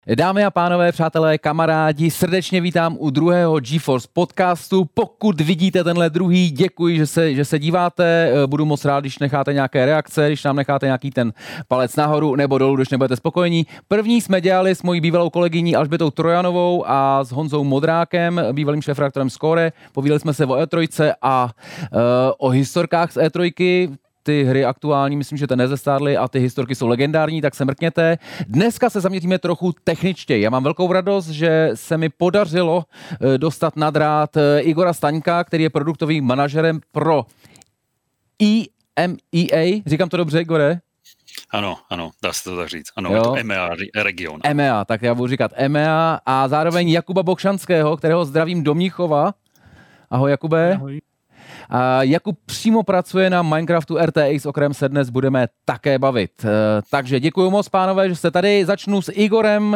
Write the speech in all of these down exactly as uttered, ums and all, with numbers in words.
Dámy a pánové, přátelé, kamarádi, srdečně vítám u druhého GeForce podcastu. Pokud vidíte tenhle druhý, děkuji, že se, že se díváte. Budu moc rád, když necháte nějaké reakce, když nám necháte nějaký ten palec nahoru nebo dolů, když nebudete spokojení. První jsme dělali s mojí bývalou kolegyní Alžbětou Trojanovou a s Honzou Modrákem, bývalým šéfredaktorem Score. Povídali jsme se o E tři a uh, o historkách z E tři. Ty hry aktuální, myslím, že to nezestárly a ty historky jsou legendární, tak se mrkněte. Dneska se zaměříme trochu techničtěji. Já mám velkou radost, že se mi podařilo dostat na drát Igora Staňka, který je produktovým manažerem pro E M E A. Říkám to dobře, Igore? Ano, ano, dá se to tak říct. Ano, jo. Je to E M E A region. E M E A, tak já budu říkat E M E A a zároveň Jakuba Bokšanského, kterého zdravím do Mnichova. Ahoj, Jakube. Ahoj. A Jakub přímo pracuje na Minecraftu R T X, o kterém se dnes budeme také bavit. Takže děkuji moc, pánové, že jste tady. Začnu s Igorem.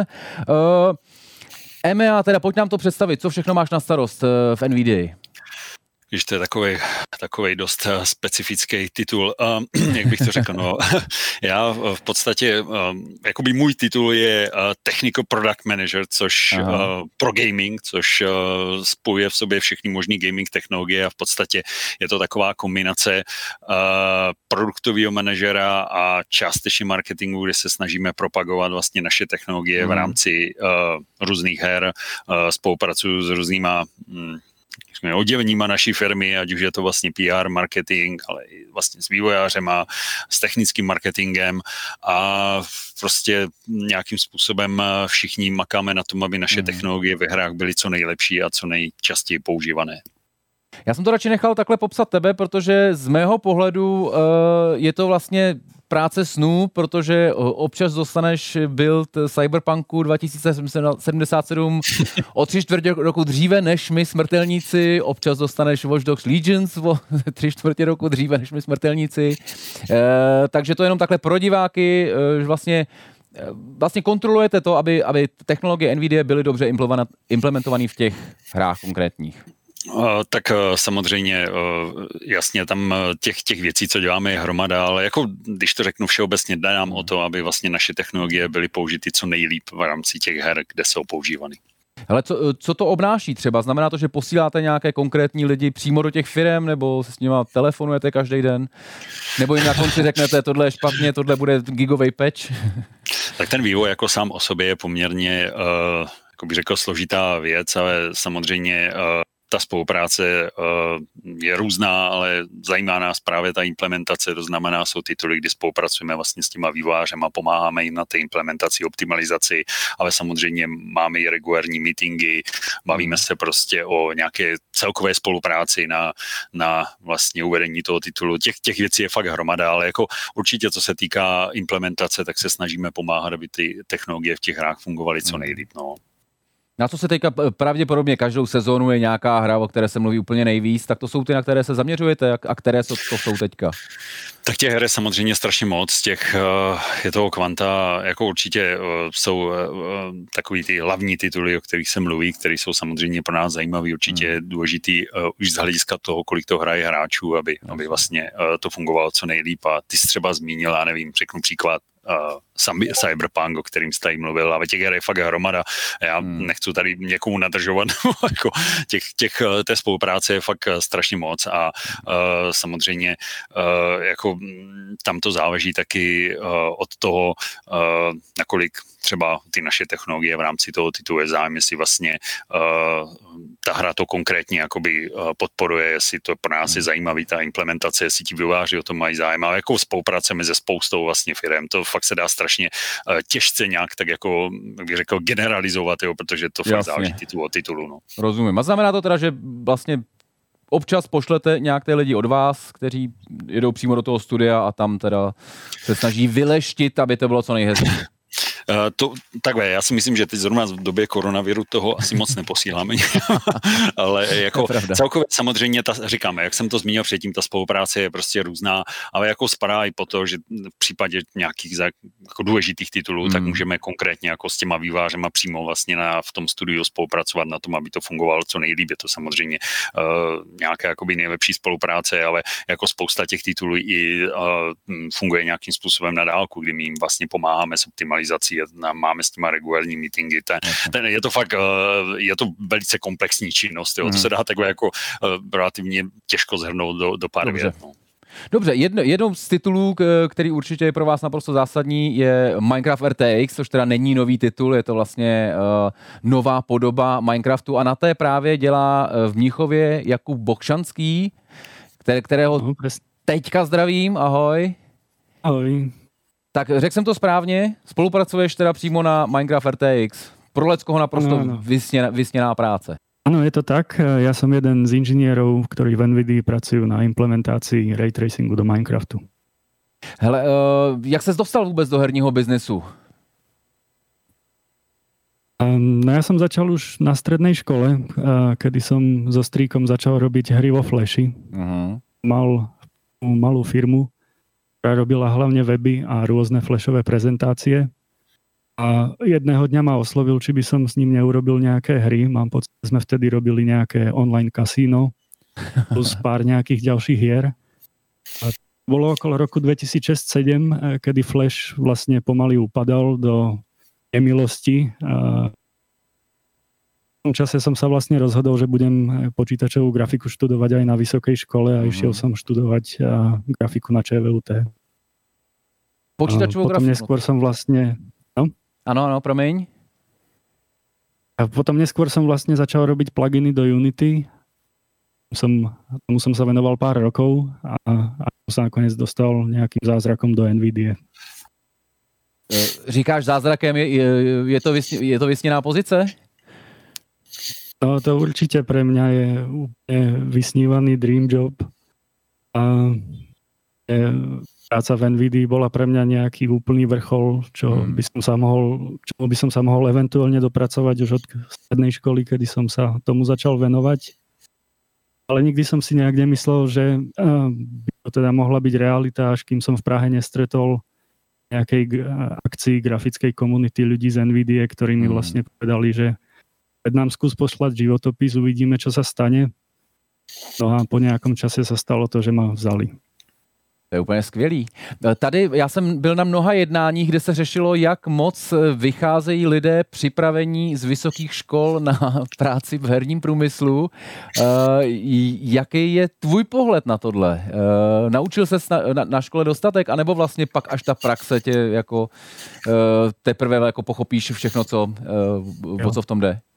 E M E A, teda pojď nám to představit, co všechno máš na starost v N V D A. Když to je takovej, takovej dost specifický titul, uh, jak bych to řekl, no, já v podstatě, uh, jakoby můj titul je uh, Technical Product Manager, což uh, pro gaming, což uh, spojuje v sobě všechny možný gaming technologie a v podstatě je to taková kombinace uh, produktového manažera a částečně marketingu, kde se snažíme propagovat vlastně naše technologie hmm. v rámci uh, různých her, uh, spolupracuju s různýma um, odděleníma naší firmy, ať už je to vlastně P R, marketing, ale i vlastně s vývojářema, s technickým marketingem a prostě nějakým způsobem všichni makáme na tom, aby naše technologie ve hrách byly co nejlepší a co nejčastěji používané. Já jsem to radši nechal takhle popsat tebe, protože z mého pohledu uh, je to vlastně práce snů, protože občas dostaneš build Cyberpunku dva tisíce sedmdesát sedm o tři čtvrtě roku dříve než my smrtelníci, občas dostaneš Watch Dogs Legions o tři čtvrtě roku dříve než my smrtelníci, e, takže to jenom takhle pro diváky, e, vlastně Vlastně kontrolujete to, aby, aby technologie N V D A byly dobře implementované v těch hrách konkrétních. Tak samozřejmě, jasně, tam těch, těch věcí, co děláme, je hromada, ale jako, když to řeknu všeobecně, jde nám o to, aby vlastně naše technologie byly použity co nejlíp v rámci těch her, kde jsou používány. Ale co, co to obnáší třeba? Znamená to, že posíláte nějaké konkrétní lidi přímo do těch firem, nebo se s nimi telefonujete každý den? Nebo jim na konci řeknete, tohle je špatně, tohle bude gigový patch? Tak ten vývoj jako sám o sobě je poměrně, uh, jako bych řekl, složitá věc, ale samozřejmě uh, ta spolupráce uh, je různá, ale zajímá nás právě ta implementace, to znamená, jsou tituly, kdy spolupracujeme vlastně s těma vývojářema, pomáháme jim na té implementaci, optimalizaci, ale samozřejmě máme i regulární meetingy, bavíme se prostě o nějaké celkové spolupráci na, na vlastně uvedení toho titulu. Těch, těch věcí je fakt hromada, ale jako určitě, co se týká implementace, tak se snažíme pomáhat, aby ty technologie v těch hrách fungovaly co nejlíp. No. Na co se teďka pravděpodobně každou sezónu je nějaká hra, o které se mluví úplně nejvíc, tak to jsou ty, na které se zaměřujete a které to jsou teďka? Tak těch her je samozřejmě strašně moc, těch je toho kvanta, jako určitě jsou takový ty hlavní tituly, o kterých se mluví, které jsou samozřejmě pro nás zajímavý, určitě hmm. důležitý už z hlediska toho, kolik to hraje hráčů, aby, aby vlastně to fungovalo co nejlíp a ty jsi třeba zmínil, já nevím, řeknu příklad, Uh, Cyberpunk, o kterým jste tady mluvil, ale těch her je fakt hromada. Já hmm. nechci tady někomu nadržovat, jako těch, těch, té spolupráce je fakt strašně moc a uh, samozřejmě uh, jako tam to záleží taky uh, od toho, uh, nakolik třeba ty naše technologie v rámci toho titulu je zájem, jestli vlastně uh, ta hra to konkrétně jakoby uh, podporuje, jestli to pro nás je zajímavý, ta implementace, jestli ti vývojáři o tom mají zájem, ale jako spolupráce mezi spoustou vlastně firem, to fakt se dá strašně uh, těžce nějak tak jako, jak bych řekl, generalizovat, jo, protože to fakt záleží titul od titulu. No. Rozumím. A znamená to teda, že vlastně občas pošlete nějak ty lidi od vás, kteří jedou přímo do toho studia a tam teda se snaží vyleštit, aby to bylo co nejhezčí. Uh, to, takhle, já si myslím, že teď zrovna v době koronaviru toho asi moc neposíláme, ale jako celkově samozřejmě, ta, říkáme, jak jsem to zmínil předtím, ta spolupráce je prostě různá, ale jako spadá i po to, že v případě nějakých jako důležitých titulů, mm. tak můžeme konkrétně jako s těma vývářema přímo vlastně na, v tom studiu spolupracovat na tom, aby to fungovalo co nejlíp. Je to samozřejmě uh, nějaká jakoby nejlepší spolupráce, ale jako spousta těch titulů i uh, funguje nějakým způsobem na dálku, kdy my jim vlastně pomáháme s optimalizací je, máme s těma regulární meetingy. Ten, ten, je to fakt, je to velice komplexní činnost, jo. To se dá takhle jako relativně těžko zhrnout do, do pár vět. No. Dobře, jedno, jednou z titulů, který určitě je pro vás naprosto zásadní, je Minecraft R T X, což teda není nový titul, je to vlastně uh, nová podoba Minecraftu a na té právě dělá v Mnichově Jakub Bokšanský, které, kterého no, teďka zdravím, ahoj. Ahoj. Tak řekl jsem to správně, spolupracuješ teda přímo na Minecraft R T X. Pro Leckoho naprosto no, no. Vysněná, vysněná práce. Áno, je to tak. Ja som jeden z inžinierov, ktorí v NVIDii pracujú na implementácii ray tracingu do Minecraftu. Hele, uh, jak ses dostal vôbec do herního biznesu? Um, no ja som začal už na strednej škole, uh, kedy som so strýkom začal robiť hry vo Flashi. Uh-huh. Mal malú firmu, ktorá robila hlavne weby a rôzne flashové prezentácie. A jedného dňa ma oslovil, či by som s ním neurobil nejaké hry. Mám pocit, že sme vtedy robili nejaké online kasíno plus pár nejakých ďalších hier. A bolo okolo roku dvetisícšesť sedem, kedy Flash vlastne pomaly upadal do nemilosti. A v tom čase som sa vlastne rozhodol, že budem počítačovú grafiku študovať aj na vysokej škole a mm-hmm. išiel som študovať grafiku na ČVUT. Počítačovú grafiku? Potom neskôr som vlastne... No? Áno, áno, promiň. A potom neskôr som vlastne začal robiť pluginy do Unity. Som, tomu som sa venoval pár rokov a, a sa nakoniec dostal nejakým zázrakom do NVIDIE. Říkáš zázrakem, je, je, je, to, vysně, je to vysněná pozice? No to určite pre mňa je úplne vysnívaný dream job. A je, práca v NVIDii bola pre mňa nejaký úplný vrchol, čo hmm. by som sa mohol, čo by som sa mohol eventuálne dopracovať už od strednej školy, kedy som sa tomu začal venovať. Ale nikdy som si nejak nemyslel, že by to teda mohla byť realita, až kým som v Prahe nestretol nejakej akcii grafickej komunity ľudí z NVIDie, ktorí mi vlastne povedali, že nám skús poslať životopis, uvidíme, čo sa stane. No a po nejakom čase sa stalo to, že ma vzali. To je úplně skvělý. Tady já jsem byl na mnoha jednáních, kde se řešilo, jak moc vycházejí lidé připravení z vysokých škol na práci v herním průmyslu. Jaký je tvůj pohled na tohle? Naučil ses na, na, na škole dostatek, anebo vlastně pak až ta praxe tě jako teprve jako pochopíš všechno, co, o co v tom jde?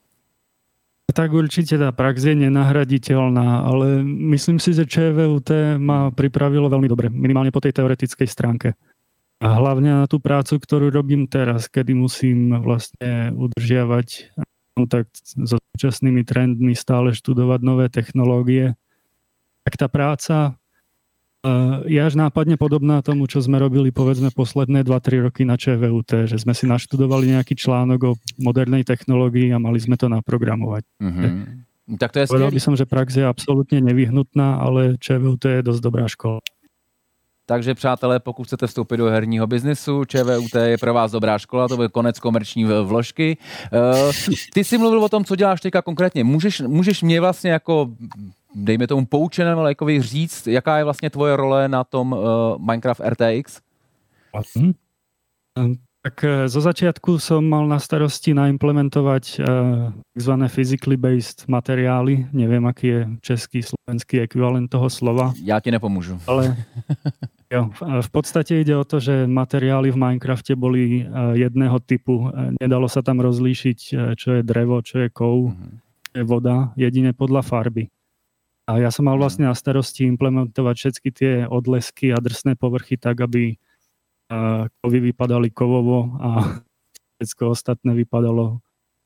Tak určite tá prax je nenahraditeľná, ale myslím si, že ČVUT ma pripravilo veľmi dobre, minimálne po tej teoretickej stránke. A hlavne na tú prácu, ktorú robím teraz, kedy musím vlastne udržiavať kontakt so súčasnými trendmi, stále študovať nové technológie. Tak tá práca je až nápadne podobná tomu, čo sme robili povedzme posledné dva tri roky na ČVUT, že sme si naštudovali nejaký článok o modernej technológii a mali sme to naprogramovať. Mm-hmm. Tak to je Povedal by som, že prax je absolútne nevyhnutná, ale ČVUT je dosť dobrá škola. Takže přátelé, pokud chcete vstoupit do herního biznesu, ČVUT je pro vás dobrá škola, to bude konec komerční vložky. Uh, ty jsi mluvil o tom, co děláš teďka konkrétně. Můžeš, můžeš mě vlastně jako, dejme tomu poučenému lajkovi říct, jaká je vlastně tvoje role na tom uh, Minecraft R T X? Hmm. Tak zo začiatku som mal na starosti naimplementovať uh, tzv. Physically based materiály. Neviem, aký je český, slovenský ekvivalent toho slova. Ja ti nepomôžu. Ale jo, v podstate ide o to, že materiály v Minecrafte boli uh, jedného typu. Nedalo sa tam rozlíšiť, čo je drevo, čo je kov, mm-hmm. čo je voda, jedine podľa farby. A ja som mal vlastne na starosti implementovať všetky tie odlesky a drsné povrchy tak, aby kovy vypadali kovovo a všetko ostatné vypadalo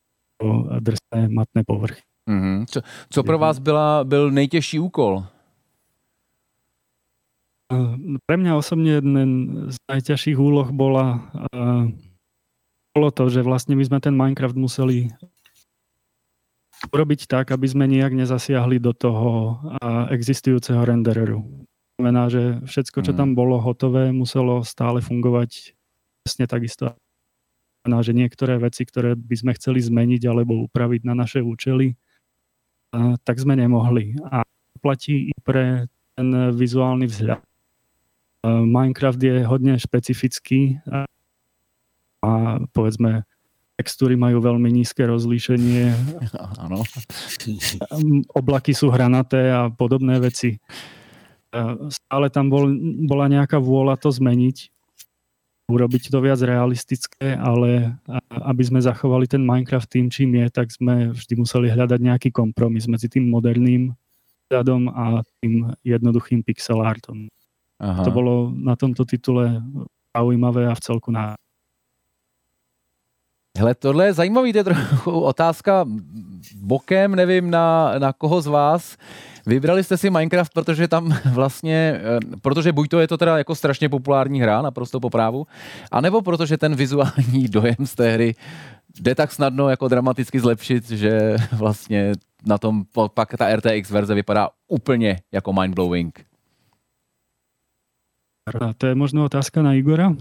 drsné matné povrchy. Mm-hmm. Co, co pro vás byla, byl nejtěžší úkol? Pre mňa osobne jeden z najťažších úloh bola bolo to, že vlastne my sme ten Minecraft museli urobiť tak, aby sme nijak nezasiahli do toho existujúceho rendereru. Znamená, že všetko, čo tam bolo hotové, muselo stále fungovať presne takisto. Znamená, že niektoré veci, ktoré by sme chceli zmeniť alebo upraviť na naše účely, tak sme nemohli. A platí i pre ten vizuálny vzhľad. Minecraft je hodne špecifický. a povedzme textúry majú veľmi nízke rozlíšenie. Áno. Oblaky sú hranaté a podobné veci. Stále tam bol, bola nejaká vôľa to zmeniť, urobiť to viac realistické, ale aby sme zachovali ten Minecraft tým, čím je, tak sme vždy museli hľadať nejaký kompromis medzi tým moderným hľadom a tým jednoduchým pixel artom. Aha. To bolo na tomto titule zaujímavé a v celku na... Hele, tohle je zajímavý, to je trochu otázka bokem, nevím na, na koho z vás. Vybrali jste si Minecraft, protože tam vlastně, protože buď to je to teda jako strašně populární hra, naprosto po právu, anebo protože ten vizuální dojem z té hry jde tak snadno jako dramaticky zlepšit, že vlastně na tom pak ta R T X verze vypadá úplně jako mindblowing. A to je možná otázka na Igora?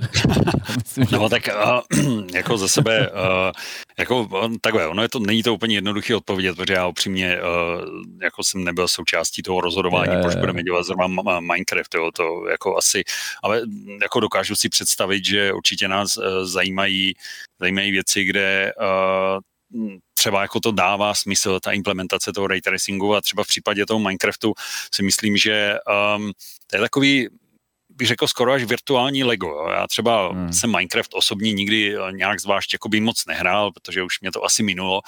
No tak uh, jako za sebe, uh, jako takhle, ono je to, není to úplně jednoduché odpovědět, protože já upřímně uh, jako jsem nebyl součástí toho rozhodování, je, proč je. budeme dělat zrovna Minecraft, jo, to jako asi, ale jako dokážu si představit, že určitě nás uh, zajímají, zajímají věci, kde uh, třeba jako to dává smysl, ta implementace toho ray tracingu a třeba v případě toho Minecraftu si myslím, že um, to je takový, bych řekl skoro až virtuální Lego. Jo. Já třeba hmm. jsem Minecraft osobně nikdy nějak zvlášť jakoby moc nehrál, protože už mě to asi minulo,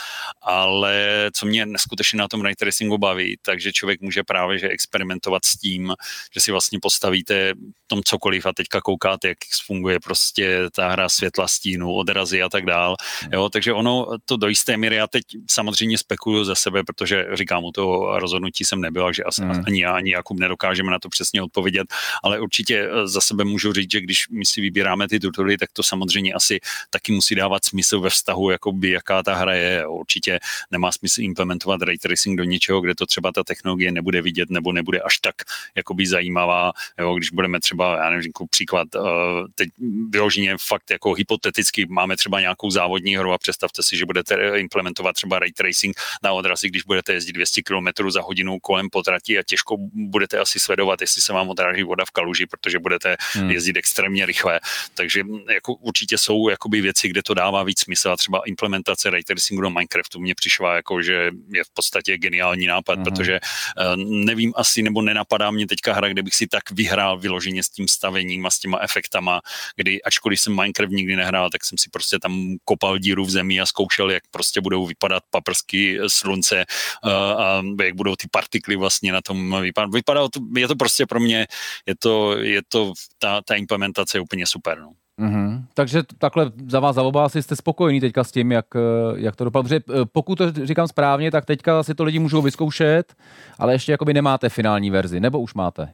ale co mě neskutečně na tom ray tracingu baví, takže člověk může právě že experimentovat s tím, že si vlastně postavíte tom cokoliv a teďka koukáte, jak funguje prostě ta hra světla, stínu, odrazy a tak dál. Jo, takže ono to do jisté míry, já teď samozřejmě spekuluju za sebe, protože říkám, u toho rozhodnutí jsem nebyl, že asi hmm. ani já, ani Jakub nedokážeme na to přesně odpovědět, ale určitě za sebe můžu říct, že když my si vybíráme ty tutory, tak to samozřejmě asi taky musí dávat smysl ve vztahu, jakoby, jaká ta hra je. Určitě nemá smysl implementovat ray tracing do něčeho, kde to třeba ta technologie nebude vidět nebo nebude až tak jakoby zajímavá. Jo, když budeme třeba, já nevím, příklad, teď vyloženě fakt jako hypoteticky máme třeba nějakou závodní hru a představte si, že budete implementovat třeba ray tracing na odrazy, když budete jezdit dvě stě kilometrů za hodinu kolem potrati a těžko budete asi sledovat, jestli se vám odráží voda v kaluži, protože budete hmm. jezdit extrémně rychle. Takže jako určitě jsou jakoby věci, kde to dává víc smysl a třeba implementace ray tracingu do Minecraftu mě přišla jako, že je v podstatě geniální nápad, hmm. protože uh, nevím asi, nebo nenapadá mě teďka hra, kde bych si tak vyhrál vyloženě s tím stavením a s těma efektama, kdy ačkoliv jsem Minecraft nikdy nehrál, tak jsem si prostě tam kopal díru v zemi a zkoušel, jak prostě budou vypadat paprsky slunce uh, a jak budou ty partikly vlastně na tom vypadat. Vypadalo to, je to prostě pro mě, je to, je to ta, ta implementace je úplně super. No. Mm-hmm. Takže takhle za vás, za oba asi jste spokojení teďka s tím, jak, jak to dopadlo. Protože pokud to říkám správně, tak teďka si to lidi můžou vyzkoušet, ale ještě jakoby nemáte finální verzi, nebo už máte?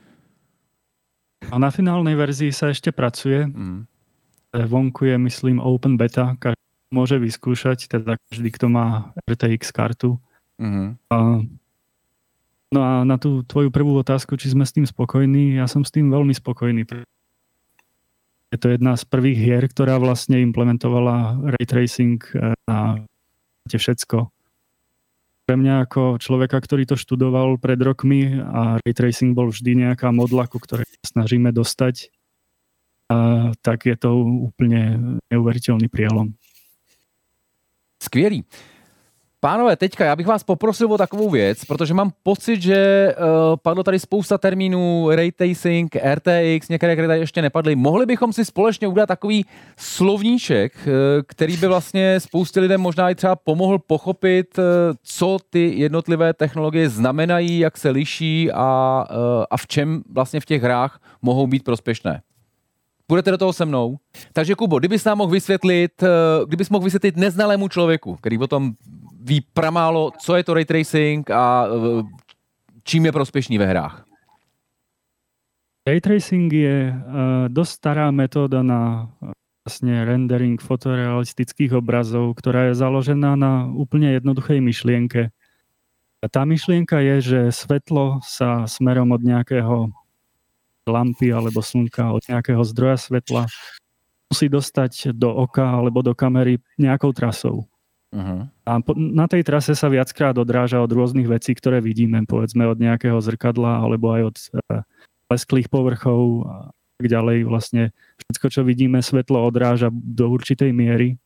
A na finálnej verzii sa ešte pracuje. Mm. Vonku je, myslím, open beta. Každý môže vyskúšať, teda každý, kto má R T X kartu. Mm. A, no a na tú tvoju prvú otázku, či sme s tým spokojní, ja som s tým veľmi spokojný. Je to jedna z prvých hier, ktorá vlastne implementovala ray tracing na všetko. Pre mňa ako človeka, ktorý to študoval pred rokmi a ray tracing bol vždy nejaká modla, ku ktorej snažíme dostať, a tak je to úplne neuveriteľný prielom. Skvělý. Pánové, teďka já bych vás poprosil o takovou věc, protože mám pocit, že uh, padlo tady spousta termínů, ray tracing, R T X, některé, které tady ještě nepadly. Mohli bychom si společně udělat takový slovníček, uh, který by vlastně spoustě lidem možná i třeba pomohl pochopit, uh, co ty jednotlivé technologie znamenají, jak se liší a, uh, a v čem vlastně v těch hrách mohou být prospěšné. Budete do toho se mnou? Takže Kubo, kdybys nám mohl vysvětlit, uh, kdybys mohl vysvětlit neznalému člověku, který o tom ví pramálo, co je to ray tracing a čím je prospěšný ve hrách. Ray tracing je uh, dosť stará metóda na vlastne rendering fotorealistických obrazov, ktorá je založená na úplne jednoduchej myšlienke. A tá myšlienka je, že svetlo sa smerom od nejakého lampy alebo slnka, od nejakého zdroja svetla musí dostať do oka alebo do kamery nejakou trasou. Uh-huh. A po, na tej trase sa viackrát odráža od rôznych vecí, ktoré vidíme, povedzme od nejakého zrkadla alebo aj od e, lesklých povrchov a tak ďalej. Vlastne všetko, čo vidíme, svetlo odráža do určitej miery.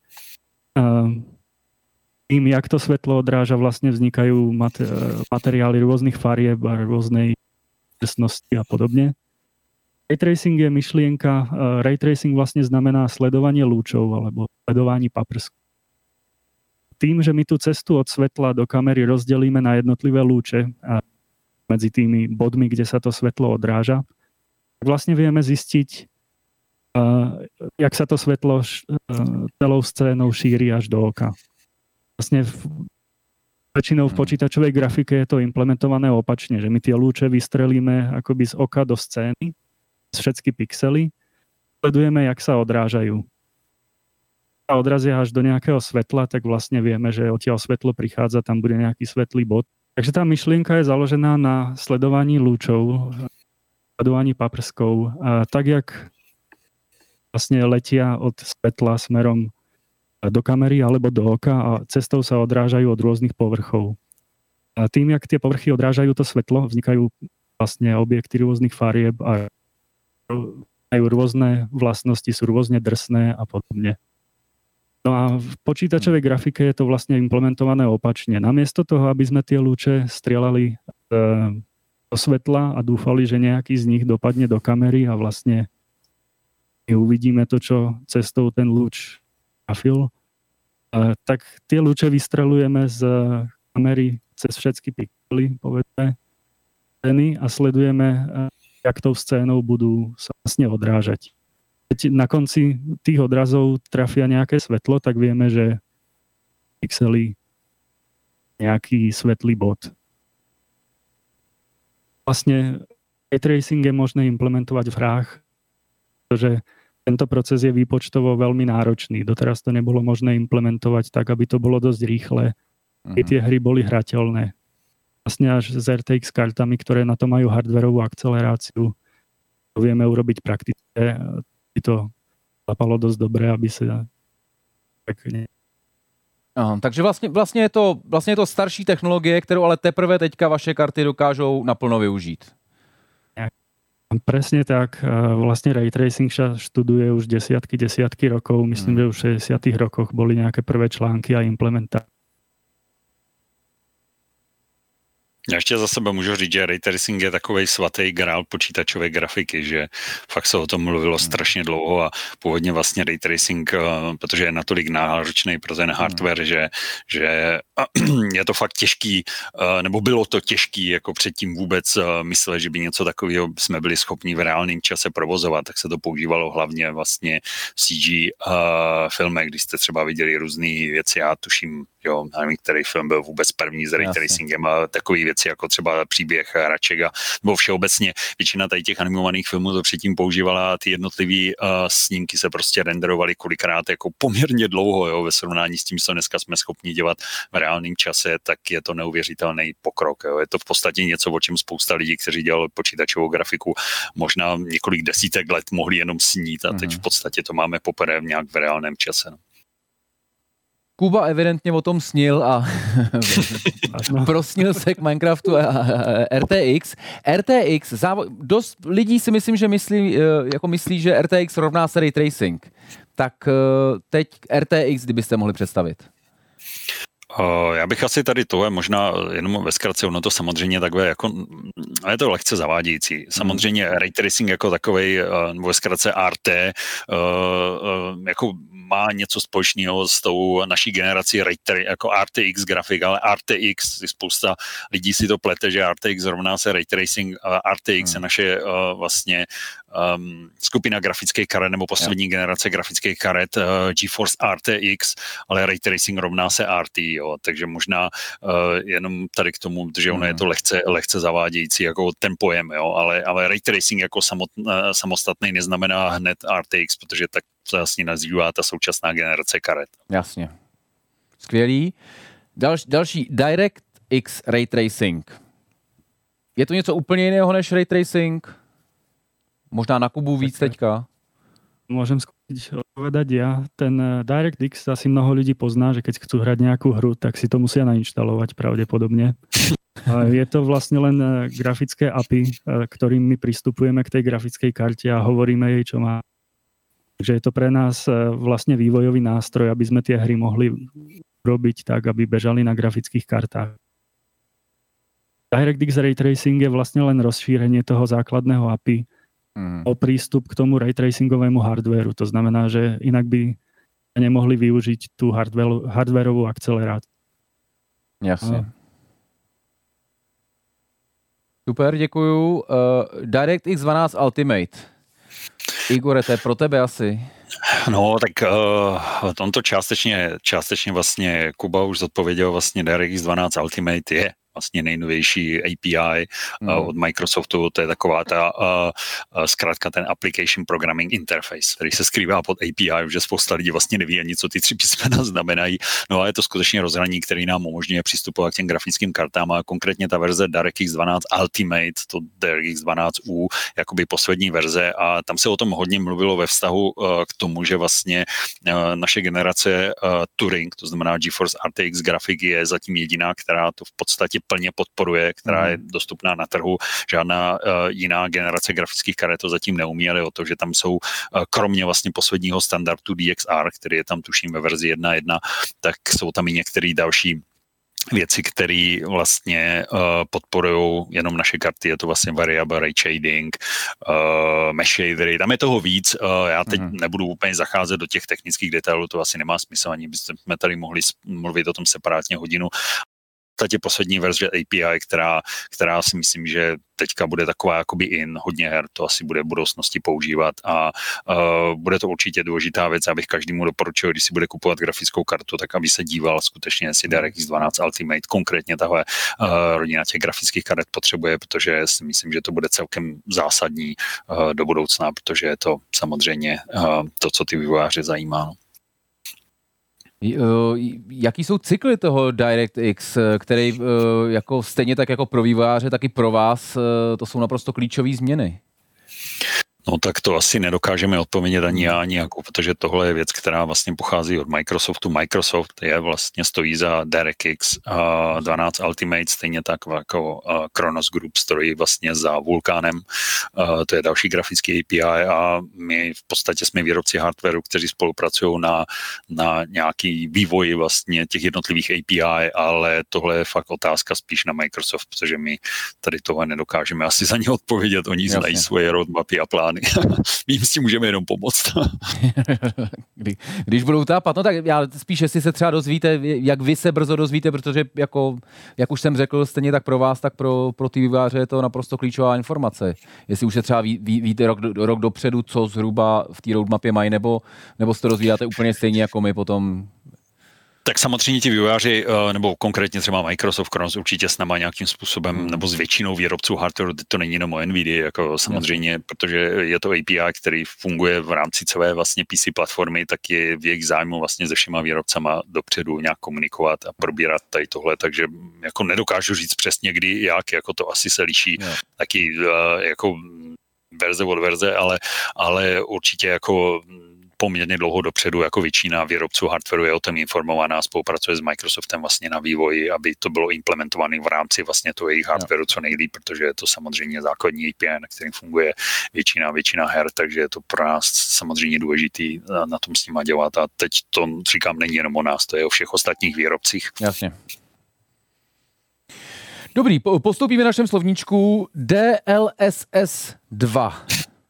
Tým, jak to svetlo odráža, vlastne vznikajú materiály rôznych farieb a rôznej presnosti a podobne. Ray tracing je myšlienka, ray tracing vlastne znamená sledovanie lúčov alebo sledovanie paprsku. Tým, že my tú cestu od svetla do kamery rozdelíme na jednotlivé lúče a medzi tými bodmi, kde sa to svetlo odráža, vlastne vieme zistiť, uh, jak sa to svetlo š- uh, celou scénou šíri až do oka. Vlastne v, väčšinou v počítačovej grafike je to implementované opačne, že my tie lúče vystrelíme akoby z oka do scény, z všetky pixely, sledujeme, jak sa odrážajú. A odrazia až do nejakého svetla, tak vlastne vieme, že odtiaľ svetlo prichádza, tam bude nejaký svetlý bod. Takže tá myšlienka je založená na sledovaní lúčov, sledovaní paprskov, a tak, jak vlastne letia od svetla smerom do kamery alebo do oka a cestou sa odrážajú od rôznych povrchov. A tým, jak tie povrchy odrážajú to svetlo, vznikajú vlastne objekty rôznych farieb a majú rôzne vlastnosti, sú rôzne drsné a podobne. No a v počítačovej grafike je to vlastne implementované opačne. Namiesto toho, aby sme tie lúče strieľali do svetla a dúfali, že nejaký z nich dopadne do kamery a vlastne my uvidíme to, čo cestou ten lúč trafil, tak tie lúče vystrelujeme z kamery cez všetky pixely, povedzme, scény a sledujeme, jak tou scénou budú sa vlastne odrážať. Keď na konci tých odrazov trafia nejaké svetlo, tak vieme, že pixely nejaký svetlý bod. Vlastne ray tracing je možné implementovať v hrách, pretože tento proces je výpočtovo veľmi náročný. Doteraz to nebolo možné implementovať tak, aby to bolo dosť rýchle. Uh-huh. Tie hry boli hrateľné. Vlastne až s er té iks kartami, ktoré na to majú hardwareovú akceleráciu, to vieme urobiť praktické. To zapalo dosť dobre, aby sa tak ne... Aha, takže vlastně, vlastně, je to, vlastně je to starší technologie, kterou ale teprve teďka vaše karty dokážou naplno využít. Presne tak. Vlastne ray tracing sa študuje už desiatky, desiatky rokov. Myslím, hmm. že už v šesťdesiatych rokoch boli nejaké prvé články a implementácie. Já ještě za sebe můžu říct, že ray tracing je takovej svatý grál počítačové grafiky, že fakt se o tom mluvilo hmm. strašně dlouho a původně vlastně ray tracing, protože je natolik náročný pro ten hardware, hmm. že, že je to fakt těžký, nebo bylo to těžký jako předtím vůbec myslet, že by něco takového jsme byli schopni v reálném čase provozovat, tak se to používalo hlavně vlastně v C G uh, filmech, když jste třeba viděli různé věci, já tuším, jo, nevím, který film byl vůbec první s ray tracingem a takový věci jako třeba příběh Hraček a nebo všeobecně většina tady těch animovaných filmů to předtím používala a ty jednotlivý uh, snímky se prostě renderovaly kolikrát jako poměrně dlouho, jo, ve srovnání s tím, co dneska jsme schopni dělat v reálném čase, tak je to neuvěřitelný pokrok. Jo. Je to v podstatě něco, o čem spousta lidí, kteří dělali počítačovou grafiku, možná několik desítek let mohli jenom snít a teď v podstatě to máme poprvé nějak v reálném čase. No. Kuba evidentně o tom snil a prosnil se k Minecraftu a er té iks. er té iks, závo- dost lidí si myslím, že myslí, jako myslí, že er té iks rovná se ray tracing. Tak teď er té iks, kdybyste mohli představit. Já bych asi tady tohle možná jenom ve zkratce, ono to samozřejmě takové jako, je to lehce zavádějící. Samozřejmě ray tracing jako takovej, nebo ve zkratce R T, jako má něco společného s tou naší generací ray tra- jako R T X grafik, ale R T X, spousta lidí si to plete, že R T X rovná se ray tracing, R T X je naše vlastně um, skupina grafických karet nebo poslední yeah. generace grafických karet uh, GeForce R T X, ale ray tracing rovná se R T, jo, takže možná uh, jenom tady k tomu, že ono mm. je to lehce, lehce zavádějící jako ten pojem, jo, ale, ale ray tracing jako samot, uh, samostatný neznamená hned R T X, protože tak to vlastně nazývá ta současná generace karet. Jasně. Skvělý. Další, další DirectX Ray Tracing. Je to něco úplně jiného než Ray Tracing? Možná na Kubu víc tak, teďka? Môžem skúsiť odpovedať ja. Ten DirectX asi mnoho ľudí pozná, že keď chcú hrať nejakú hru, tak si to musia nainštalovať pravdepodobne. Je to vlastne len grafické á pé í, ktorým my pristupujeme k tej grafickej karte a hovoríme jej, čo má Takže je to pre nás vlastne vývojový nástroj, aby sme tie hry mohli robiť tak, aby bežali na grafických kartách. DirectX Ray Tracing je vlastne len rozšírenie toho základného á pé í mm. o prístup k tomu ray tracingovému hardvéru. To znamená, že inak by nemohli využiť tú hardvérovú akceleráciu. Jasne. A... Super, děkuju. Uh, DirectX dvanáct Ultimate. Igore, to je pro tebe asi. No, tak uh, tomto částečně, částečně vlastně Kuba už zodpověděl, vlastně DirectX dvanáct Ultimate je vlastně nejnovější A P I mm. uh, od Microsoftu, to je taková ta uh, uh, zkrátka ten Application Programming Interface, který se skrývá pod A P I, že spousta lidí vlastně neví ani, co ty tři písmena znamenají. No a je to skutečně rozhraní, který nám umožňuje přistupovat k těm grafickým kartám a konkrétně ta verze DirectX dvanáct Ultimate, to DirectX dvanáct U, jakoby poslední verze a tam se o tom hodně mluvilo ve vztahu uh, k tomu, že vlastně uh, naše generace uh, Turing, to znamená GeForce R T X grafik je zatím jediná, která to v podstatě plně podporuje, která je dostupná na trhu. Žádná uh, jiná generace grafických karet to zatím neumí, ale o to, že tam jsou uh, kromě vlastně posledního standardu D X R, který je tam tuším ve verzi jedna tečka jedna, tak jsou tam i některé další věci, které vlastně uh, podporují jenom naše karty, je to vlastně variable ray shading, uh, mesh shadery, tam je toho víc, uh, já teď mm. nebudu úplně zacházet do těch technických detailů, to asi nemá smysl, ani bychom tady mohli mluvit o tom separátně hodinu. Je poslední verze A P I, která, která si myslím, že teďka bude taková jakoby in, hodně her, to asi bude v budoucnosti používat a uh, bude to určitě důležitá věc, abych každému doporučil, když si bude kupovat grafickou kartu, tak aby se díval skutečně, jestli DirectX dvanáct Ultimate konkrétně tahle uh, rodina těch grafických karet potřebuje, protože si myslím, že to bude celkem zásadní uh, do budoucna, protože je to samozřejmě uh, to, co ty vývojáře zajímá. No. Jaký jsou cykly toho DirectX, který jako stejně tak jako pro vývojáře, tak i pro vás, to jsou naprosto klíčové změny? No tak to asi nedokážeme odpovědět ani já, ani jako, protože tohle je věc, která vlastně pochází od Microsoftu. Microsoft je vlastně stojí za DirectX dvanáct Ultimate, stejně tak jako Kronos Group stojí vlastně za Vulkanem. To je další grafický A P I a my v podstatě jsme výrobci hardwareu, kteří spolupracují na, na nějaký vývoji vlastně těch jednotlivých A P I, ale tohle je fakt otázka spíš na Microsoft, protože my tady tohle nedokážeme asi za ně odpovědět. Oni znají svoje roadmapy a plány. My jim s tím můžeme jenom pomoct. Kdy, když budou tápat, no tak já spíš, jestli se třeba dozvíte, jak vy se brzo dozvíte, protože jako, jak už jsem řekl, stejně tak pro vás, tak pro, pro ty vývojáře je to naprosto klíčová informace. Jestli už se třeba ví, ví, víte rok, rok dopředu, co zhruba v té roadmapě mají, nebo, nebo se to dozvídáte úplně stejně jako my potom. Tak samozřejmě ti vývojáři, nebo konkrétně třeba Microsoft, Kronos určitě s náma nějakým způsobem, nebo s většinou výrobců hardwareu, to není jenom o Nvidia, jako samozřejmě, no. Protože je to A P I, který funguje v rámci celé vlastně P C platformy, tak je v jejich zájmu vlastně se všema výrobcama dopředu nějak komunikovat a probírat tady tohle, takže jako nedokážu říct přesně kdy, jak, jako to asi se liší, no. Taky jako verze od verze, ale, ale určitě jako poměrně dlouho dopředu, jako většina výrobců hardwareu je o tom informovaná, spolupracuje s Microsoftem vlastně na vývoji, aby to bylo implementované v rámci vlastně toho jejich hardwareu co nejlíp, protože je to samozřejmě základní A P I, na kterým funguje většina, většina her, takže je to pro nás samozřejmě důležitý na tom s nima dělat a teď to říkám, není jenom o nás, to je o všech ostatních výrobcích. Jasně. Dobrý, postoupíme v našem slovníčku D L S S dva.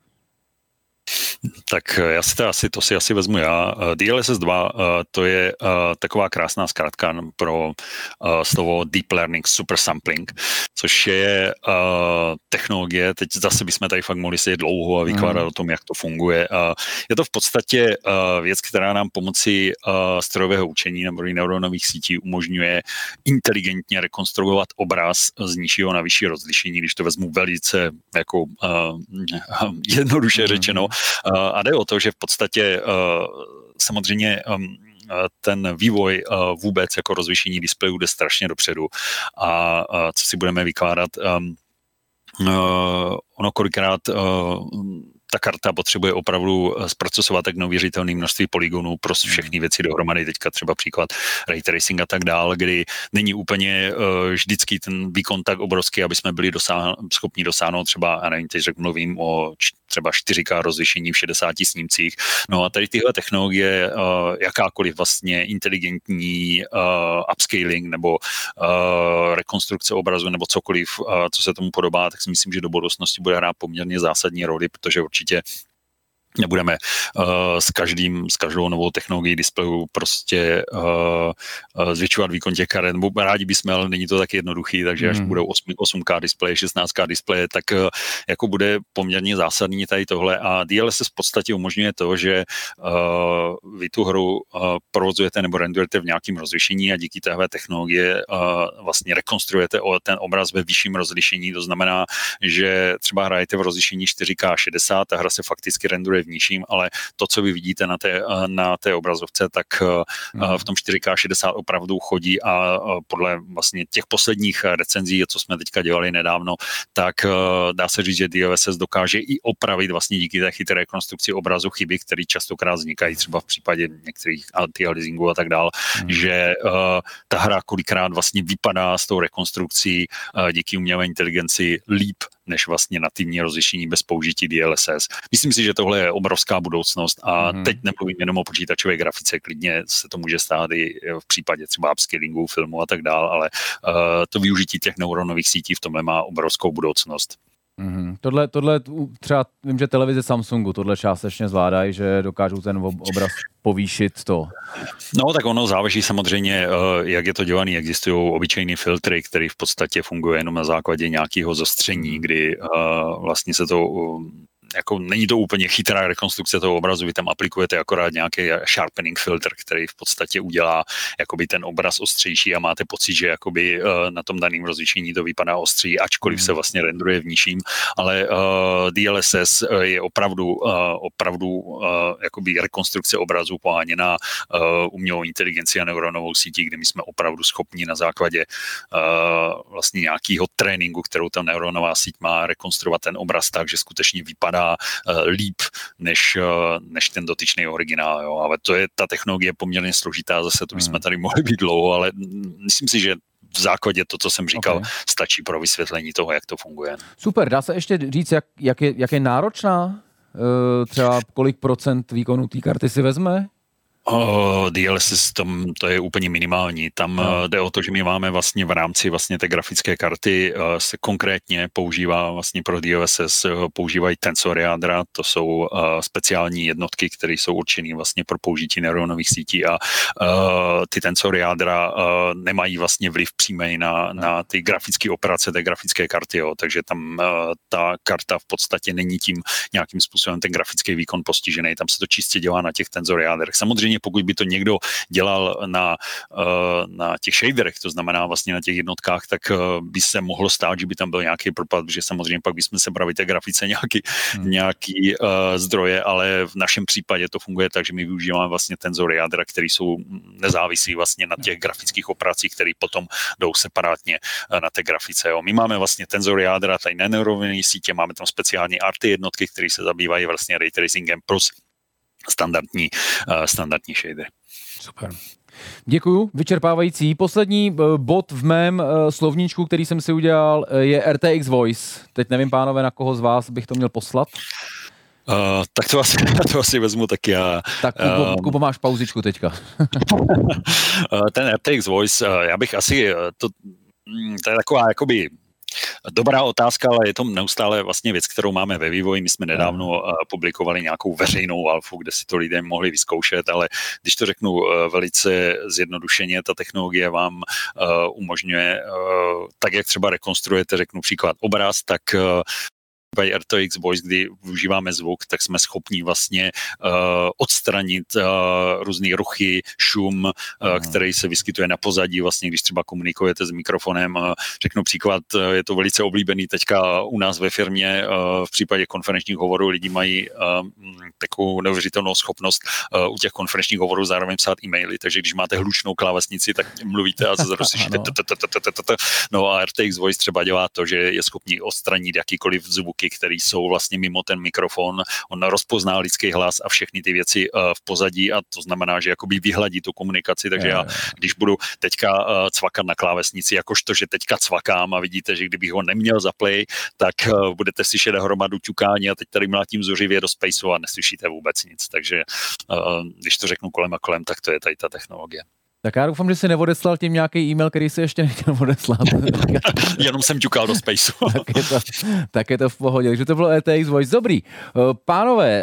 Tak já si to asi, to si asi vezmu já. D L S S dva to je taková krásná zkratka pro slovo Deep Learning Super Sampling, což je technologie, teď zase bychom tady fakt mohli sedět dlouho a vykládat mm. o tom, jak to funguje. Je to v podstatě věc, která nám pomocí strojového učení nebo neuronových sítí umožňuje inteligentně rekonstruovat obraz z nižšího na vyšší rozlišení, když to vezmu velice jako jednoduše mm. řečeno. A jde o to, že v podstatě samozřejmě ten vývoj vůbec jako rozlišení displejů jde strašně dopředu. A co si budeme vykládat, ono kolikrát ta karta potřebuje opravdu zpracovat tak neuvěřitelné množství polygonů pro všechny věci dohromady, teďka třeba příklad ray tracing a tak dál, kdy není úplně uh, vždycky ten výkon tak obrovský, aby jsme byli dosáhn- schopni dosáhnout třeba, já nevím, teď řekl, mluvím o č- třeba čtyři ká rozlišení v šedesáti snímcích. No a tady tyhle technologie, uh, jakákoliv vlastně inteligentní uh, upscaling nebo uh, rekonstrukce obrazu nebo cokoliv, uh, co se tomu podobá, tak si myslím, že do budoucnosti bude hrát poměrně zásadní roli, protože určitě nebudeme uh, s každým, s každou novou technologií displejů prostě uh, uh, zvětšovat výkon těch karet, nebo rádi bychom, ale není to tak jednoduchý, takže až mm. budou osm ká displeje, šestnáct ká displeje, tak uh, jako bude poměrně zásadní tady tohle a D L S S v podstatě umožňuje to, že uh, vy tu hru uh, provozujete nebo rendujete v nějakém rozlišení a díky téhle technologie uh, vlastně rekonstruujete ten obraz ve vyšším rozlišení, to znamená, že třeba hrajete v rozlišení čtyři ká šedesát a hra se fakticky renduje v nižším, ale to, co vy vidíte na té, na té obrazovce, tak mm. v tom čtyři ká šedesát opravdu chodí a podle vlastně těch posledních recenzí, co jsme teďka dělali nedávno, tak dá se říct, že D L S S dokáže i opravit vlastně díky té chytré rekonstrukci obrazu chyby, které častokrát vznikají třeba v případě některých anti-aliasingů a tak dál, mm. že uh, ta hra kolikrát vlastně vypadá s tou rekonstrukcí uh, díky umělé inteligenci líp než vlastně nativní rozlišení bez použití D L S S. Myslím si, že tohle je obrovská budoucnost a mm. teď nemluvím jenom o počítačové grafice, klidně se to může stát i v případě třeba upscalingu, filmu a tak dál, ale uh, to využití těch neuronových sítí v tomhle má obrovskou budoucnost. Mm-hmm. Tohle, tohle třeba vím, že televize Samsungu tohle částečně zvládají, že dokážou ten obraz povýšit to. No tak ono záleží samozřejmě, jak je to dělané. Existují obyčejné filtry, které v podstatě fungují jenom na základě nějakého zostření, kdy vlastně se to jako není to úplně chytrá rekonstrukce toho obrazu, vy tam aplikujete akorát nějaký sharpening filter, který v podstatě udělá jakoby ten obraz ostřejší a máte pocit, že jakoby na tom daném rozlišení to vypadá ostří, ačkoliv se vlastně renduje v nižším, ale uh, D L S S je opravdu uh, opravdu uh, jakoby rekonstrukce obrazu poháněná uh, umělou inteligenci a neuronovou sítí, kde my jsme opravdu schopni na základě uh, vlastně nějakého tréninku, kterou ta neuronová síť má, rekonstruovat ten obraz tak, že skutečně vypadá líp než, než ten dotyčný originál. Jo. Ale to je ta technologie poměrně složitá, zase to bychom tady mohli být dlouho, ale myslím si, že v základě to, co jsem říkal, okay. stačí pro vysvětlení toho, jak to funguje. Super, dá se ještě říct, jak, jak, je, jak je náročná? Třeba kolik procent výkonu té karty si vezme? Oh, D L S S, tam, to je úplně minimální. Tam no. jde o to, že my máme vlastně v rámci vlastně té grafické karty uh, se konkrétně používá vlastně pro D L S S uh, používají tensor jádra, to jsou uh, speciální jednotky, které jsou určené vlastně pro použití neuronových sítí a uh, ty tensor jádra uh, nemají vlastně vliv přímý na, no. na ty grafické operace té grafické karty, jo. Takže tam uh, ta karta v podstatě není tím nějakým způsobem ten grafický výkon postižený, tam se to čistě dělá na těch tensor jádrech. Samozřejmě pokud by to někdo dělal na, na těch shaderech, to znamená vlastně na těch jednotkách, tak by se mohlo stát, že by tam byl nějaký propad, protože samozřejmě pak bychom se brali té grafice nějaký, hmm. nějaký uh, zdroje, ale v našem případě to funguje tak, že my využíváme vlastně tenzory jádra, které jsou nezávislí vlastně na těch grafických operacích, které potom jdou separátně uh, na té grafice. Jo. My máme vlastně tenzory jádra, tady neneuronové sítě, máme tam speciální R T jednotky, které se zabývají vlastně ray tracingem plus standardní, uh, standardní shader. Super. Děkuju, vyčerpávající. Poslední bod v mém uh, slovníčku, který jsem si udělal, je R T X Voice. Teď nevím, pánové, na koho z vás bych to měl poslat. Uh, tak to asi, to asi vezmu tak já. Tak Kubo, um, Kubo máš pauzičku teďka. Ten R T X Voice, uh, já bych asi, to, to je taková jakoby dobrá otázka, ale je to neustále vlastně věc, kterou máme ve vývoji. My jsme nedávno uh, publikovali nějakou veřejnou alfu, kde si to lidé mohli vyzkoušet, ale když to řeknu uh, velice zjednodušeně, ta technologie vám uh, umožňuje, uh, tak jak třeba rekonstruujete, řeknu příklad obraz, tak uh, by R T X Voice, kdy využíváme zvuk, tak jsme schopni vlastně uh, odstranit uh, různý ruchy, šum, uh, mm. který se vyskytuje na pozadí, vlastně když třeba komunikujete s mikrofonem. Uh, řeknu příklad, uh, je to velice oblíbený teďka u nás ve firmě, uh, v případě konferenčních hovorů lidi mají uh, takovou neuvěřitelnou schopnost uh, u těch konferenčních hovorů zároveň psát e-maily, takže když máte hlučnou klávesnici, tak mluvíte a zase rozslyšíte. No a R T X Voice třeba dělá to, že je schopný odstranit jakýkoliv zvuk, zvuky, které jsou vlastně mimo ten mikrofon. On rozpozná lidský hlas a všechny ty věci v pozadí a to znamená, že jakoby vyhladí tu komunikaci, takže já, když budu teďka cvakat na klávesnici, jakožto, že teďka cvakám a vidíte, že kdybych ho neměl za play, tak budete slyšet hromadu ťukání a teď tady mlátím zuřivě do spaceu a neslyšíte vůbec nic, takže když to řeknu kolem a kolem, tak to je tady ta technologie. Tak já doufám, že jsi neodeslal tím nějaký e-mail, který si ještě nechtěl odeslat. Jenom jsem ťukal do spaceu. tak, je to, tak je to v pohodě. Takže to bylo E T X Voice. Dobrý. Pánové,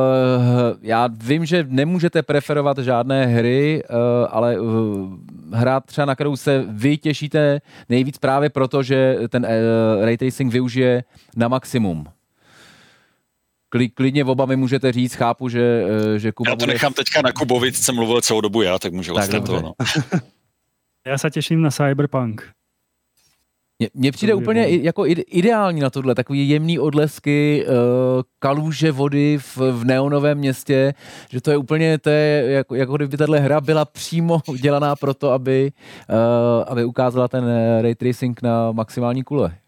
já vím, že nemůžete preferovat žádné hry, ale hra třeba, na kterou se vy těšíte nejvíc právě proto, že ten ray tracing využije na maximum. Klidně oba mi můžete říct, chápu, že, že Kuba Já to bude... nechám teďka na Kubovi, jsem mluvil celou dobu já, tak můžu odstartovat. No. Já se těším na Cyberpunk. Mně přijde to úplně i, jako ideální na tohle, takový jemný odlesky, kaluže vody v, v neonovém městě, že to je úplně, to je jako, jako kdyby tahle hra byla přímo dělaná pro to, aby, aby ukázala ten ray tracing na maximální kule.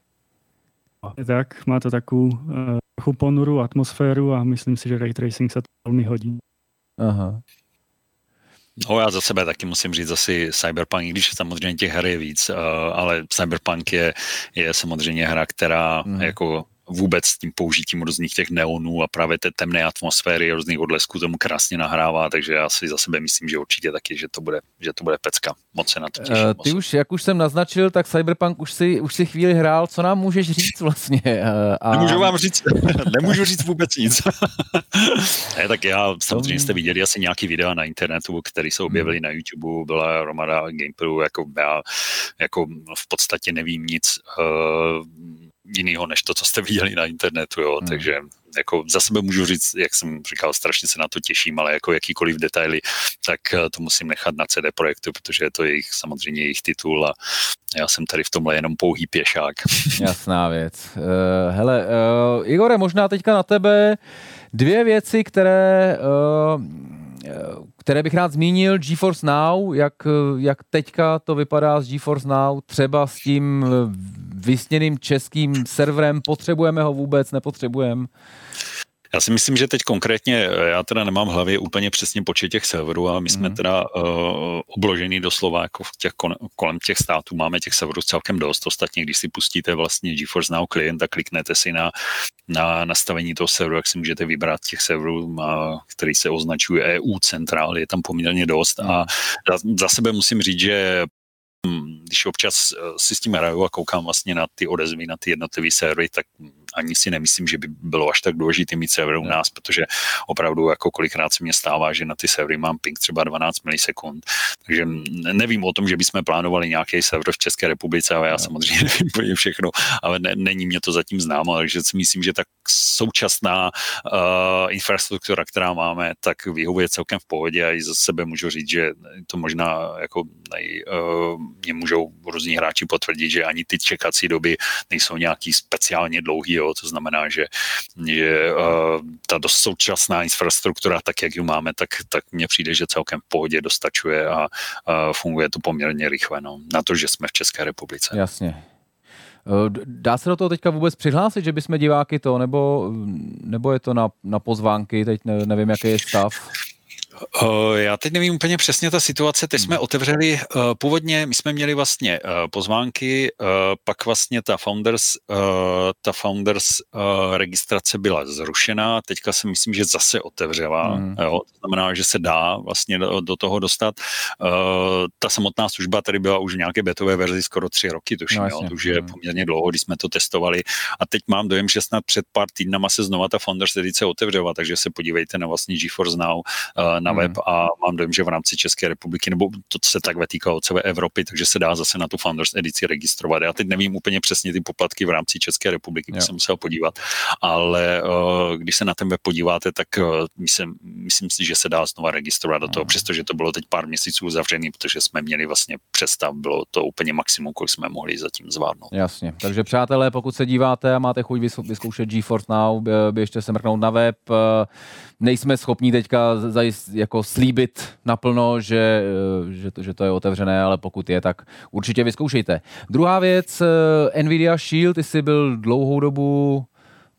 Tak, má to takovou trochu ponurú atmosféru a myslím si, že ray tracing se to velmi hodí. Aha. No já za sebe taky musím říct asi Cyberpunk, i když samozřejmě těch her je víc, ale Cyberpunk je, je samozřejmě hra, která mm. jako vůbec s tím použitím různých těch neonů a právě té temné atmosféry a různých odlesků tomu krásně nahrává, takže já si za sebe myslím, že určitě taky, že to bude, že to bude pecka. Moc se na to těším. Uh, ty už, jak už jsem naznačil, tak Cyberpunk už si, už si chvíli hrál, co nám můžeš říct vlastně? Uh, a... Nemůžu vám říct, nemůžu říct vůbec nic. ne, tak já samozřejmě jste viděli asi nějaký videa na internetu, které se objevily hmm. na YouTube, byla hromada gameplayů, jako já jako v podstatě nevím nic uh, jinýho, než to, co jste viděli na internetu, jo, hmm. takže jako za sebe můžu říct, jak jsem říkal, strašně se na to těším, ale jako jakýkoliv detaily, tak to musím nechat na C D Projektu, protože je to jejich, samozřejmě jejich titul a já jsem tady v tomhle jenom pouhý pěšák. Jasná věc. Uh, hele, uh, Igore, možná teďka na tebe dvě věci, které uh, které bych rád zmínil. GeForce Now, jak, jak teďka to vypadá s GeForce Now, třeba s tím vysněným českým serverem, potřebujeme ho vůbec, nepotřebujeme? Já si myslím, že teď konkrétně, já teda nemám v hlavě úplně přesně počet těch serverů, ale my jsme mm. teda uh, obložený doslova jako v těch, kolem těch států, máme těch serverů celkem dost. Ostatně, když si pustíte vlastně GeForce Now klient a kliknete si na, na nastavení toho serveru, jak si můžete vybrat těch serverů, který se označují E U centrál, je tam poměrně dost. Mm. A za, za sebe musím říct, že když občas si s tím hraju a koukám vlastně na ty odezvy, na ty jednotlivé servery, tak ani si nemyslím, že by bylo až tak důležité mít server u nás, protože opravdu jako kolikrát se mně stává, že na ty servery mám ping třeba dvanáct milisekund. Takže nevím o tom, že bychom plánovali nějaký server v České republice, ale já samozřejmě nevím úplně všechno, ale ne, není mě to zatím známo, takže si myslím, že tak současná uh, infrastruktura, která máme, tak vyhovuje celkem v pohodě a i za sebe můžu říct, že to možná jako nej, uh, mě můžou různí hráči potvrdit, že ani ty čekací doby nejsou nějaký speciálně dlouhý, jo, to znamená, že, že uh, ta dost současná infrastruktura, tak jak ji máme, tak, tak mně přijde, že celkem v pohodě dostačuje a uh, funguje to poměrně rychle, no, na to, že jsme v České republice. Jasně. Dá se do toho teďka vůbec přihlásit, že bychom diváky to, nebo, nebo je to na, na pozvánky, teď nevím, jaký je stav? Uh, já teď nevím úplně přesně ta situace, teď jsme otevřeli, uh, původně my jsme měli vlastně uh, pozvánky, uh, pak vlastně ta Founders, uh, ta Founders uh, registrace byla zrušená, teďka si myslím, že zase otevřela, mm. jo, to znamená, že se dá vlastně do, do toho dostat. Uh, ta samotná služba tady byla už v nějaké betové verzi skoro tři roky, tuším, no, jo, to už je mm. poměrně dlouho, když jsme to testovali a teď mám dojem, že snad před pár týdnama se znova ta Founders edice otevřela, takže se podívejte na vlastně GeForce Now uh, na web a mám dojem, že v rámci České republiky, nebo to se tak týká celé Evropy, takže se dá zase na tu Founders edici registrovat. Já teď nevím úplně přesně ty poplatky v rámci České republiky, bych se musel podívat, ale uh, když se na ten web podíváte, tak uh, myslím, myslím si, že se dá znova registrovat do toho, přestože to bylo teď pár měsíců uzavřený, protože jsme měli vlastně přestav, bylo to úplně maximum, kolik jsme mohli zatím zvládnout. Jasně, takže přátelé, pokud se díváte a máte chuť vyzkoušet GeForce Now, běžte se mrknout na web. Nejsme schopni teďka zajist, jako slíbit naplno, že, že, to, že to je otevřené, ale pokud je, tak určitě vyzkoušejte. Druhá věc, Nvidia Shield, ty jsi byl dlouhou dobu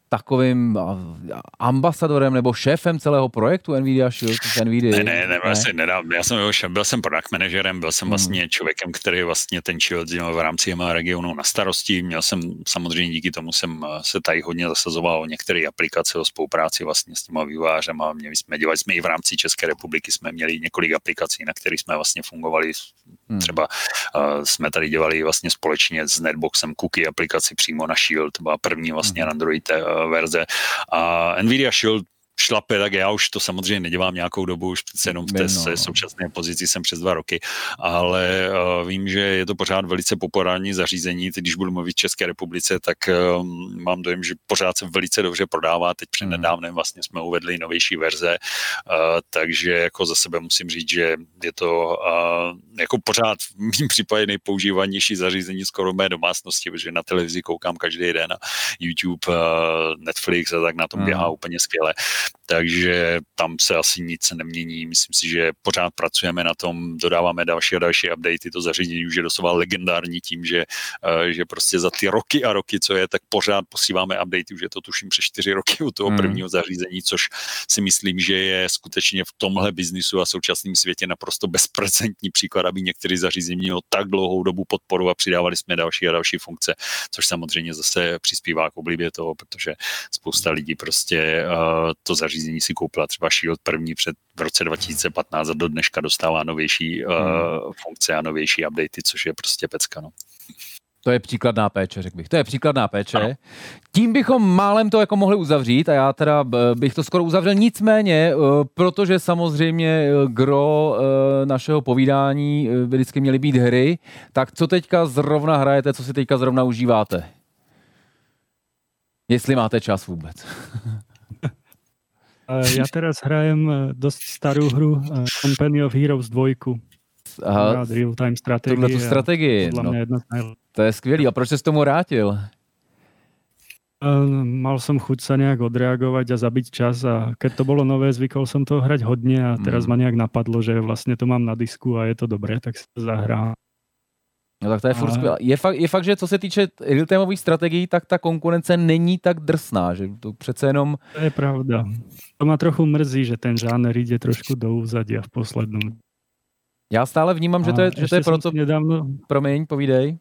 takovým ambasadorem nebo šéfem celého projektu Nvidia Shield? Nvidia? Ne, ne, ne, vlastně nedám. Já jsem jeho šéf, byl jsem product manažerem, byl jsem hmm. vlastně člověkem, který vlastně ten Shield měl v rámci mého regionu na starosti. Měl jsem, samozřejmě díky tomu jsem se tady hodně zasazoval o některé aplikace, o spolupráci vlastně s těma vývojářema. Měli jsme, dělali jsme i v rámci České republiky, jsme měli několik aplikací, na kterých jsme vlastně fungovali. Hmm. Třeba uh, jsme tady dělali vlastně společně s Netboxem cookie aplikaci přímo na Shield, to byla první vlastně hmm. Android uh, verze. A Nvidia Shield šlape, tak já už to samozřejmě nedělám nějakou dobu, už přece jenom v té no. současné pozici jsem přes dva roky, ale uh, vím, že je to pořád velice populární zařízení. Teď, když budu mluvit v České republice, tak um, mám dojem, že pořád se velice dobře prodává. Teď před nedávnem vlastně jsme uvedli novější verze, uh, takže jako za sebe musím říct, že je to uh, jako pořád v mým případě nejpoužívanější zařízení skoro mé domácnosti, protože na televizi koukám každý den na YouTube, uh, Netflix a tak na tom běhá mm. úplně skvěle. Takže tam se asi nic nemění. Myslím si, že pořád pracujeme na tom, dodáváme další a další updaty. To zařízení už je doslova legendární tím, že, že prostě za ty roky a roky, co je, tak pořád posíláme updaty. Už je to tuším přes čtyři roky u toho hmm. prvního zařízení, což si myslím, že je skutečně v tomhle biznisu a současném světě naprosto bezprecedentní příklad, aby některé zařízení mělo tak dlouhou dobu podporu a přidávali jsme další a další funkce, což samozřejmě zase přispívá k oblibě toho, protože spousta lidí prostě uh, to zařízení si koupila třeba Shield první před v roce dva tisíce patnáct a do dneška dostává novější uh, hmm. funkce a novější updaty, což je prostě pecka, no. To je příkladná péče, řekl bych. To je příkladná péče. Ano. Tím bychom málem to jako mohli uzavřít a já teda bych to skoro uzavřel. Nicméně, protože samozřejmě gro našeho povídání by vždycky měly být hry, tak co teďka zrovna hrajete, co si teďka zrovna užíváte? Jestli máte čas vůbec. Ja teraz hrajem dosť starú hru Company of Heroes dva. Aha, real-time strategii. Tuhle tu strategii. No, to je skvělý. A proč jsi tomu vrátil? Mal som chuť sa nejak odreagovať a zabiť čas a keď to bolo nové, zvykol som to hrať hodne a teraz mm. ma nejak napadlo, že vlastne to mám na disku a je to dobré, tak si to zahrám. No tak to je furt skvělé. Je fakt, je fakt, že co se týče real-timeových strategií, tak ta konkurence není tak drsná, že to přece jenom... To je pravda. To ma trochu mrzí, že ten žáner ide trošku do úzadia v poslednom. Já stále vnímám, že to je, že to je proto... Nedávno... Promiň, povídej.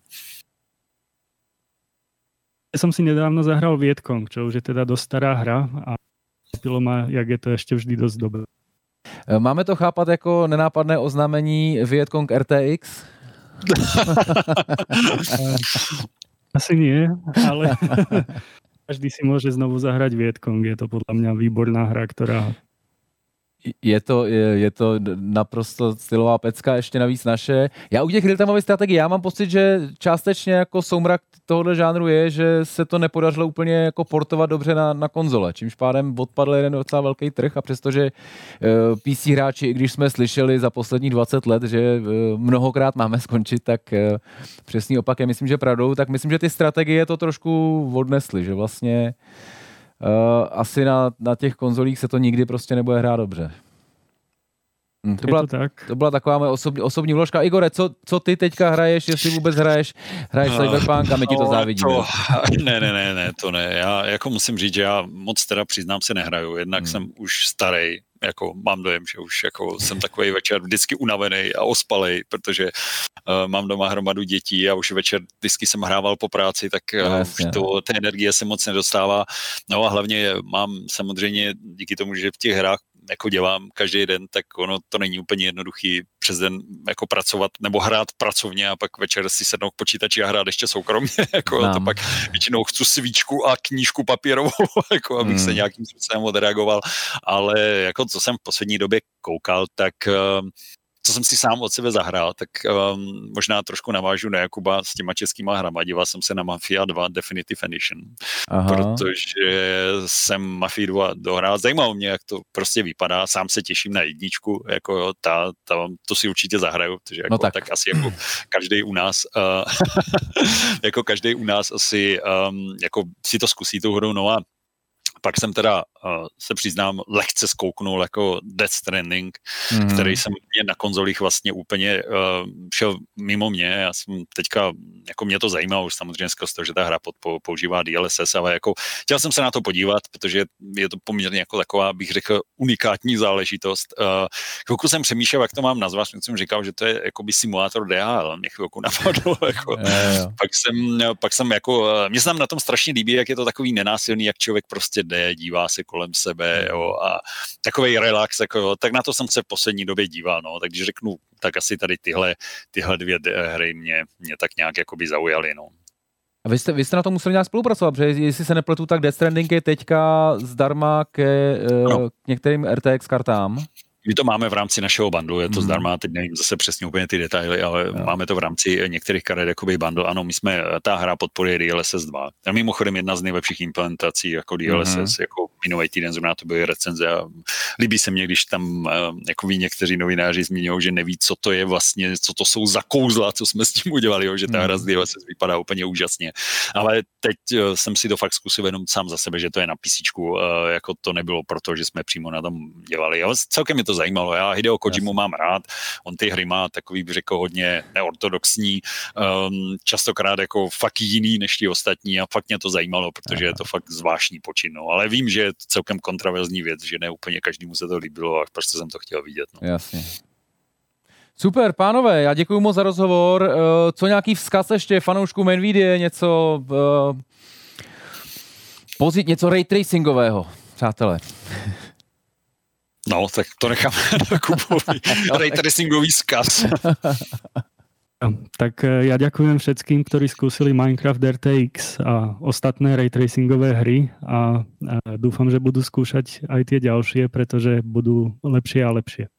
Ja som si nedávno zahral Vietcong, čo už je teda dosť stará hra a pilo ma, jak je to ešte vždy dosť dobré. Máme to chápat jako nenápadné oznámení Vietcong R T X? Asi nie, ale každý si môže znovu zahrať Vietcong. Je to podľa mňa výborná hra, ktorá... Je to, je, je to naprosto stylová pecka, ještě navíc naše. Já u těch real-timeových strategií, já mám pocit, že částečně jako soumrak tohoto žánru je, že se to nepodařilo úplně jako portovat dobře na, na konzole, čímž pádem odpadl jeden docela velký trh a přestože uh, P C hráči, i když jsme slyšeli za posledních dvacet let, že uh, mnohokrát máme skončit, tak uh, přesný opak je, myslím, že pravdou, tak myslím, že ty strategie to trošku odnesly, že vlastně Uh, asi na, na těch konzolích se to nikdy prostě nebude hrát dobře. Hm, to, byla, to, tak. to byla taková moje osobní, osobní vložka. Igore, co, co ty teďka hraješ, jestli vůbec hraješ, hraješ uh, Cyberpunk a my ti to závidíme. To, ne, ne, ne, ne, to ne. Já jako musím říct, že já moc teda přiznám se nehraju. Jednak hmm. jsem už starej, jako mám dojem, že už jako jsem takový večer vždycky unavený a ospalej, protože uh, mám doma hromadu dětí a už večer vždycky jsem hrával po práci, tak uh, už to, té energie se moc nedostává. No a hlavně mám samozřejmě díky tomu, že v těch hrách jako dělám každý den, tak ono to není úplně jednoduchý přes den jako pracovat nebo hrát pracovně a pak večer si sednout k počítači a hrát ještě soukromně. Jako to pak většinou chci svíčku a knížku papírovou, jako abych hmm. se nějakým způsobem odreagoval. Ale jako co jsem v poslední době koukal, tak co jsem si sám od sebe zahrál, tak um, možná trošku navážu na Jakuba s těma českýma hrama. Díval jsem se na Mafia dva Definitive Edition, Aha. protože jsem Mafia dva dohrál. Zajímalo mě, jak to prostě vypadá. Sám se těším na jedničku, jako ta, ta, to si určitě zahraju, protože jako, no tak. tak asi jako každý u nás uh, jako každý u nás asi um, jako si to zkusí tu hru, no a Pak jsem teda, uh, se přiznám, lehce zkouknul jako Death Stranding, mm. který jsem mě na konzolích vlastně úplně uh, šel mimo mě. Já jsem teďka, jako mě to zajímalo už samozřejmě skrz to, že ta hra pod, používá D L S S, ale jako chtěl jsem se na to podívat, protože je to poměrně jako taková, bych řekl, unikátní záležitost. Uh, chvilku jsem přemýšlel, jak to mám nazvat, jsem říkal, že to je jakoby simulátor D H L, mě chvilku napadlo. Jako. pak, jsem, pak jsem jako, mě se tam na tom strašně líbí, jak je to takový nenásilný, jak člověk prostě jde, dívá se kolem sebe, jo, a takovej relax, jako, tak na to jsem se v poslední době díval, no, tak když řeknu, tak asi tady tyhle, tyhle dvě hry mě, mě tak nějak jakoby zaujaly, no. A vy jste, vy jste na tom museli nějak spolupracovat, protože jestli se nepletu, tak Death Stranding je teďka zdarma ke, no. k některým R T X kartám. My to máme v rámci našeho bundlu, je to mm. zdarma, teď nevím zase přesně úplně ty detaily, ale jo. máme to v rámci některých karet jakoby bundle. Ano, my jsme, ta hra podporuje D L S S dva. A mimochodem jedna z nejlepších implementací jako D L S S, mm. jako minulý týden zrovna to byly recenze a líbí se mně, když tam jako ví někteří novináři zmiňují, že neví, co to je vlastně, co to jsou za kouzla, co jsme s tím udělali, jo, že ta mm. hra z D L S S vypadá úplně úžasně. Ale teď jsem si to fakt zkusil jenom sám za sebe, že to je na PCčku, jako to nebylo proto, že jsme přímo na tom dělali. Ale celkem je to zajímalo. Já Hideo Kojimu mám rád, on ty hry má takový, bych řekl, hodně neortodoxní, um, častokrát jako fakt jiný než ti ostatní a fakt mě to zajímalo, protože je to fakt zvláštní počin. No. Ale vím, že je to celkem kontroverzní věc, že ne úplně každému se to líbilo a prostě jsem to chtěl vidět. No. Jasně. Super, pánové, já děkuji moc za rozhovor. Co nějaký vzkaz ještě fanouškům Nvidia, něco uh, pozit, něco ray tracingového, přátelé. No, tak to necháme na Kubovi. Ray tracingový vzkaz. Tak ja ďakujem všetkým, ktorí skúsili Minecraft R T X a ostatné ray tracingové hry a dúfam, že budú skúšať aj tie ďalšie, pretože budú lepšie a lepšie.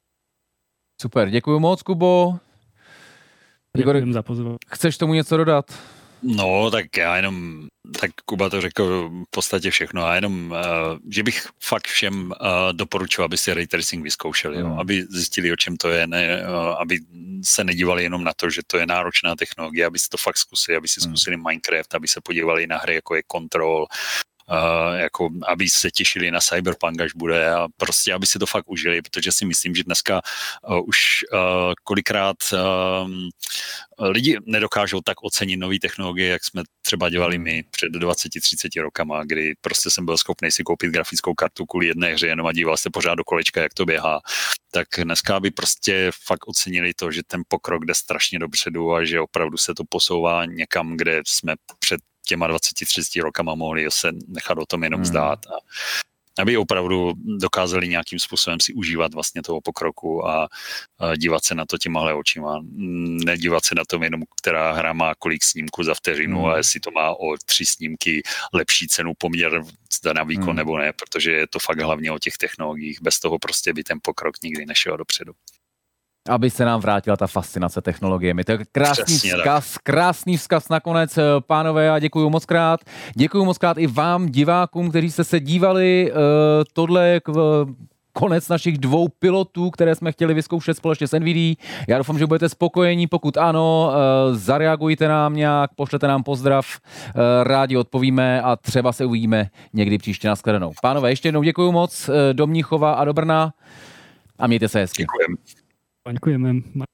Super, děkuji moc, Kubo. Děkujem za pozvání. Chceš tomu něco dodat? No, tak já jenom, tak Kuba to řekl v podstatě všechno a jenom, uh, že bych fakt všem uh, doporučil, aby si ray tracing vyzkoušeli, mm. jo, aby zjistili, o čem to je, ne, uh, aby se nedívali jenom na to, že to je náročná technologie, aby si to fakt zkusili, aby si zkusili mm. Minecraft, aby se podívali na hry, jako je Control, Uh, jako aby se těšili na Cyberpunk, až bude a prostě, aby si to fakt užili, protože si myslím, že dneska uh, už uh, kolikrát uh, lidi nedokážou tak ocenit nové technologie, jak jsme třeba dělali my před dvacet třicet rokama, kdy prostě jsem byl schopný si koupit grafickou kartu kvůli jedné hře, jenom a díval se pořád do kolečka, jak to běhá. Tak dneska by prostě fakt ocenili to, že ten pokrok jde strašně dopředu a že opravdu se to posouvá někam, kde jsme před těma dvacet třicet rokama mohli se nechat o tom jenom zdát a aby opravdu dokázali nějakým způsobem si užívat vlastně toho pokroku a, a dívat se na to těmahle očima. Nedívat se na tom jenom, která hra má kolik snímků za vteřinu mm. a jestli to má o tři snímky lepší cenu poměr zda na výkon mm. nebo ne, protože je to fakt hlavně o těch technologiích. Bez toho prostě by ten pokrok nikdy nešel dopředu. Aby se nám vrátila ta fascinace technologiemi. To je krásný Přesně vzkaz, tak. krásný vzkaz nakonec, pánové, já děkuju moc krát. Děkuju moc krát i vám, divákům, kteří jste se dívali. Tohle je konec našich dvou pilotů, které jsme chtěli vyzkoušet společně s Nvidií. Já doufám, že budete spokojení, pokud ano, zareagujte nám nějak, pošlete nám pozdrav, rádi odpovíme a třeba se uvidíme někdy příště. Nashledanou. Pánové, ještě jednou děkuju moc, do Mnichova a do Brna a mějte se hezky. Děkujem. Děkujeme.